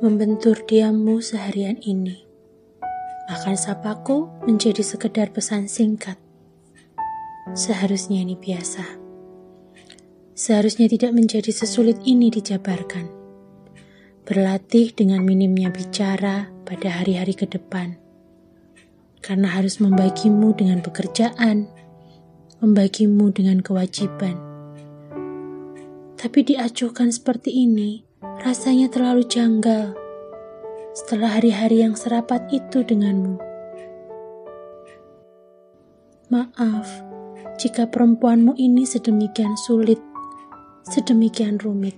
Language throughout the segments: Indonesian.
membentur diammu seharian ini. Bahkan sapaku menjadi sekedar pesan singkat. Seharusnya ini biasa. Seharusnya tidak menjadi sesulit ini dijabarkan. Berlatih dengan minimnya bicara pada hari-hari ke depan. Karena harus membagimu dengan pekerjaan, membagimu dengan kewajiban. Tapi diacuhkan seperti ini, rasanya terlalu janggal. Setelah hari-hari yang serapat itu denganmu. Maaf, jika perempuanmu ini sedemikian sulit, sedemikian rumit.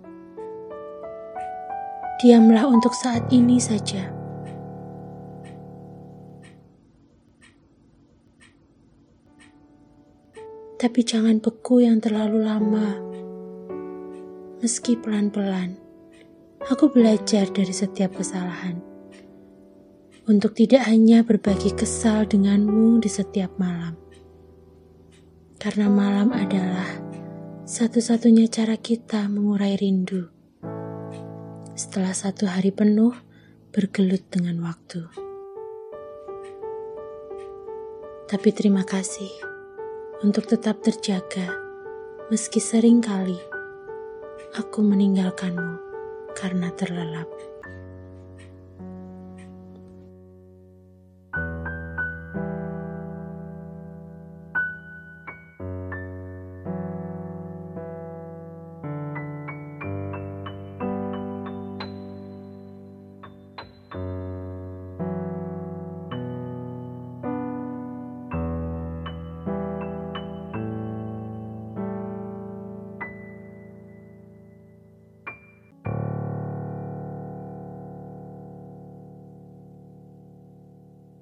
Diamlah untuk saat ini saja. Tapi jangan beku yang terlalu lama. Meski pelan-pelan, aku belajar dari setiap kesalahan. Untuk tidak hanya berbagi kesal denganmu di setiap malam. Karena malam adalah satu-satunya cara kita mengurai rindu. Setelah satu hari penuh bergelut dengan waktu. Tapi terima kasih untuk tetap terjaga, meski sering kali aku meninggalkanmu karena terlelap.